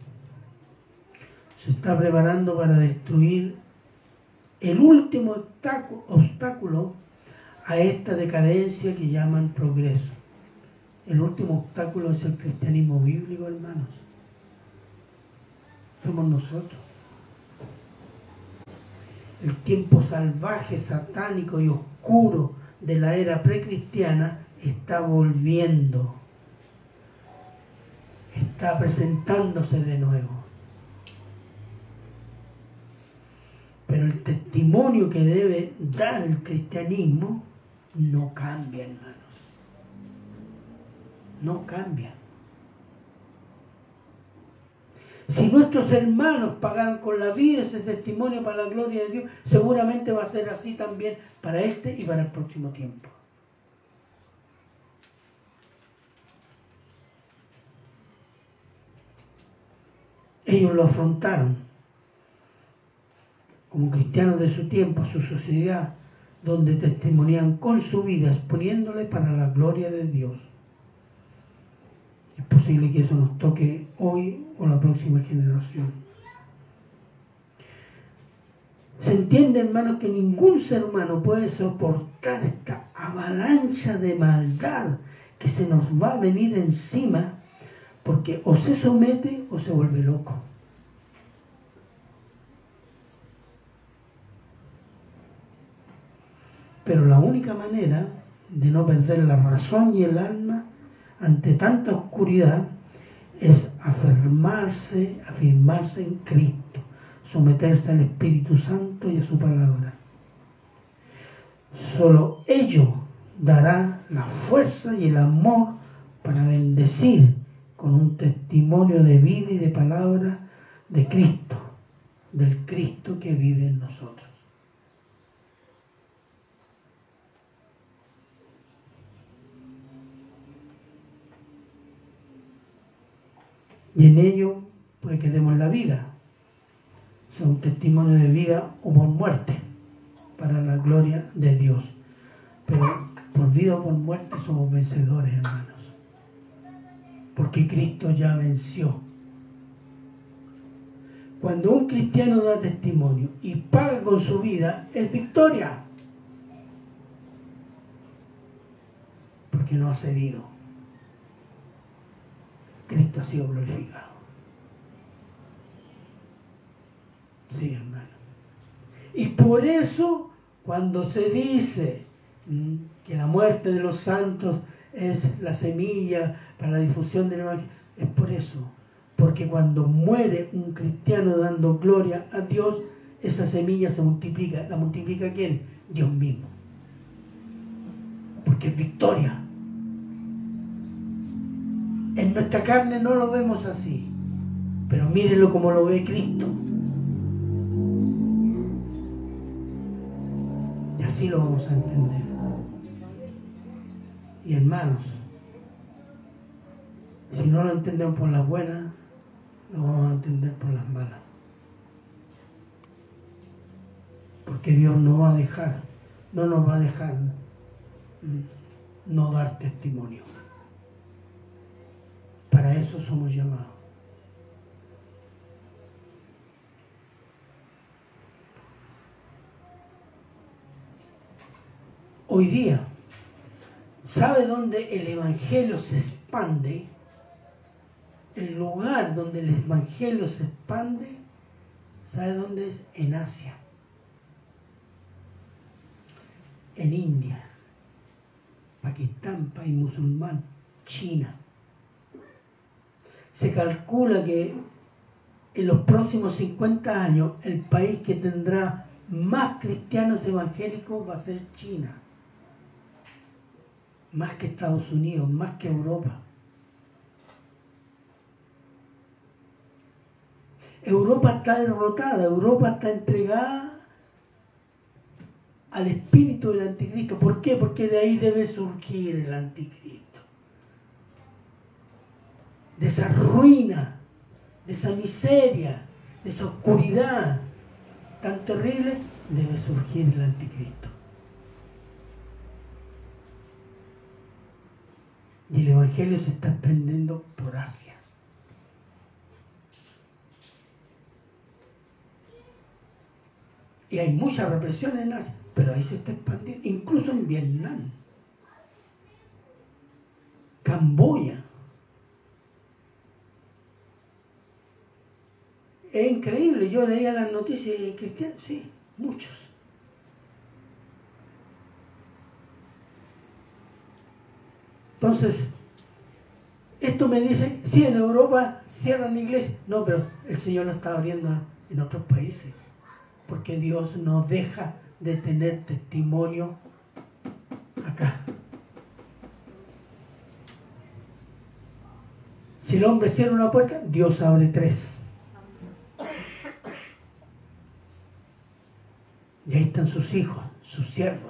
[SPEAKER 1] se está preparando para destruir el último obstáculo a esta decadencia que llaman progreso. El último obstáculo es el cristianismo bíblico, hermanos. Somos nosotros. El tiempo salvaje, satánico y oscuro de la era precristiana está volviendo. Está presentándose de nuevo. Pero el testimonio que debe dar el cristianismo no cambia, hermanos. No cambia. Si nuestros hermanos pagaron con la vida ese testimonio para la gloria de Dios, seguramente va a ser así también para este y para el próximo tiempo. Ellos lo afrontaron como cristianos de su tiempo, su sociedad, donde testimonian con su vida, exponiéndole para la gloria de Dios. Es posible que eso nos toque hoy o la próxima generación. Se entiende, hermano, que ningún ser humano puede soportar esta avalancha de maldad que se nos va a venir encima, porque o se somete o se vuelve loco. Pero la única manera de no perder la razón y el alma ante tanta oscuridad es afirmarse, afirmarse en Cristo, someterse al Espíritu Santo y a su palabra. Solo ello dará la fuerza y el amor para bendecir con un testimonio de vida y de palabra de Cristo, del Cristo que vive en nosotros. Y en ello, pues que demos la vida. Es un testimonio de vida o por muerte, para la gloria de Dios. Pero por vida o por muerte somos vencedores, hermanos. Porque Cristo ya venció. Cuando un cristiano da testimonio y paga con su vida, es victoria. Porque no ha cedido. Cristo ha sido glorificado. Sí, hermano. Y por eso, cuando se dice mmm, que la muerte de los santos es la semilla para la difusión del Evangelio, es por eso. Porque cuando muere un cristiano dando gloria a Dios, esa semilla se multiplica. ¿La multiplica quién? Dios mismo. Porque es victoria. En nuestra carne no lo vemos así, pero mírenlo como lo ve Cristo. Y así lo vamos a entender. Y hermanos, si no lo entendemos por las buenas, lo vamos a entender por las malas. Porque Dios no va a dejar, no nos va a dejar no dar testimonio. Para eso somos llamados. Hoy día, ¿sabe dónde el Evangelio se expande? El lugar donde el Evangelio se expande, ¿sabe dónde es? En Asia, en India, Pakistán, país musulmán, China. Se calcula que en los próximos cincuenta años el país que tendrá más cristianos evangélicos va a ser China. Más que Estados Unidos, más que Europa. Europa está derrotada, Europa está entregada al espíritu del anticristo. ¿Por qué? Porque de ahí debe surgir el anticristo. De esa ruina, de esa miseria, de esa oscuridad tan terrible, debe surgir el anticristo. Y el Evangelio se está expandiendo por Asia. Y hay mucha represión en Asia, pero ahí se está expandiendo, incluso en Vietnam, Camboya. Es increíble, yo leía las noticias cristianas, sí, muchos. Entonces, esto me dice, sí, en Europa cierran iglesias. No, pero el Señor lo está abriendo en otros países, porque Dios no deja de tener testimonio acá. Si el hombre cierra una puerta, Dios abre tres. Y ahí están sus hijos, sus siervos.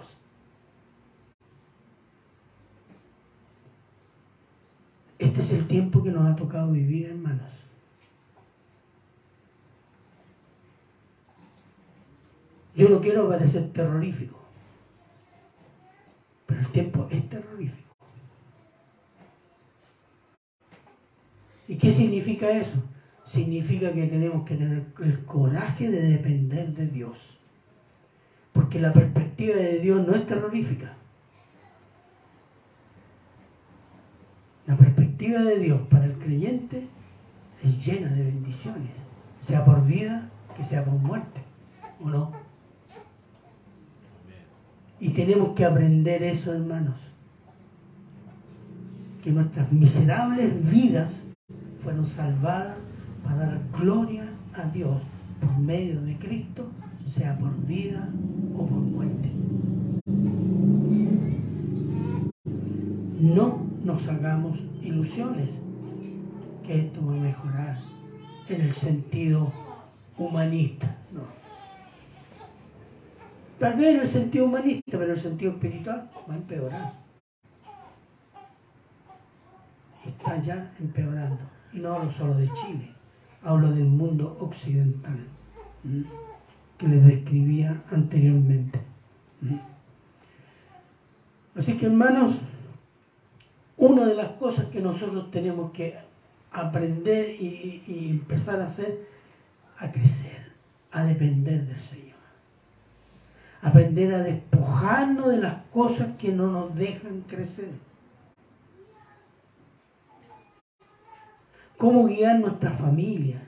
[SPEAKER 1] Este es el tiempo que nos ha tocado vivir, hermanos. Yo no quiero parecer terrorífico, pero el tiempo es terrorífico. ¿Y qué significa eso? Significa que tenemos que tener el coraje de depender de Dios. Porque la perspectiva de Dios no es terrorífica. La perspectiva de Dios para el creyente es llena de bendiciones, sea por vida que sea por muerte, ¿o no? Y tenemos que aprender eso, hermanos, que nuestras miserables vidas fueron salvadas para dar gloria a Dios por medio de Cristo, sea por vida o por muerte. No nos hagamos ilusiones que esto va a mejorar en el sentido humanista, no. Tal vez en el sentido humanista, pero en el sentido espiritual va a empeorar. Está ya empeorando. Y no hablo solo de Chile, hablo del mundo occidental, ¿m? que les describía anteriormente. ¿M? Así que, hermanos, una de las cosas que nosotros tenemos que aprender y, y empezar a hacer, a crecer, a depender del Señor. Aprender a despojarnos de las cosas que no nos dejan crecer. Cómo guiar nuestra familia.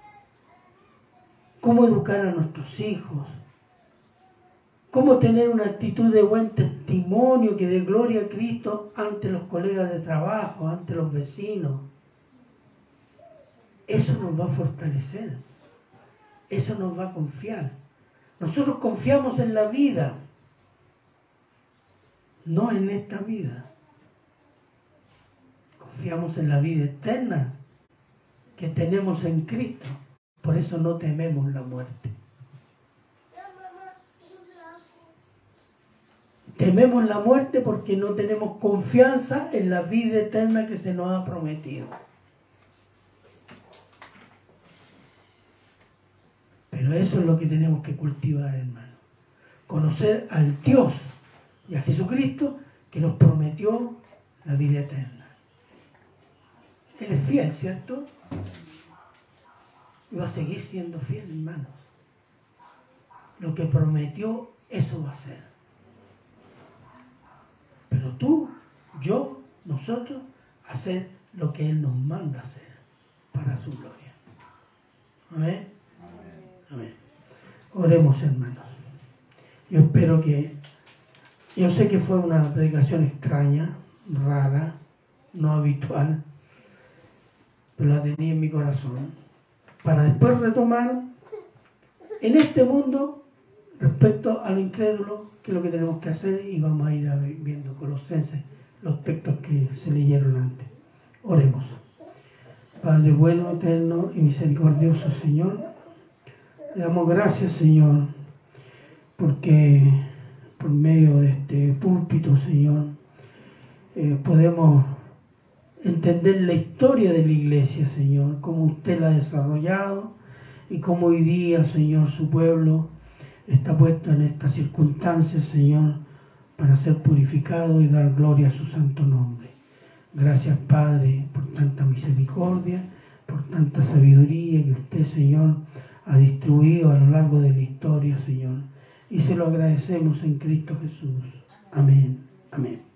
[SPEAKER 1] Cómo educar a nuestros hijos. Cómo tener una actitud de buen testimonio que dé gloria a Cristo ante los colegas de trabajo, ante los vecinos. Eso nos va a fortalecer. Eso nos va a confiar. Nosotros confiamos en la vida, no en esta vida. Confiamos en la vida eterna que tenemos en Cristo. Por eso no tememos la muerte. Tememos la muerte porque no tenemos confianza en la vida eterna que se nos ha prometido. Pero eso es lo que tenemos que cultivar, hermano. Conocer al Dios y a Jesucristo que nos prometió la vida eterna. Él es fiel, ¿cierto? Y va a seguir siendo fiel, hermanos. Lo que prometió, eso va a ser. Pero tú, yo, nosotros, hacer lo que Él nos manda hacer para su gloria. Amén. Amén. Oremos, hermanos. Yo espero que, yo sé que fue una predicación extraña, rara, no habitual, pero la tenía en mi corazón, para después retomar en este mundo respecto a lo incrédulo, que es lo que tenemos que hacer, y vamos a ir a ver, viendo Colosenses, los textos que se leyeron antes. Oremos. Padre bueno, eterno y misericordioso Señor, le damos gracias, Señor, porque por medio de este púlpito, Señor, eh, podemos entender la historia de la iglesia, Señor, cómo usted la ha desarrollado y cómo hoy día, Señor, su pueblo está puesto en estas circunstancias, Señor, para ser purificado y dar gloria a su santo nombre. Gracias, Padre, por tanta misericordia, por tanta sabiduría que usted, Señor, ha distribuido a lo largo de la historia, Señor. Y se lo agradecemos en Cristo Jesús. Amén. Amén.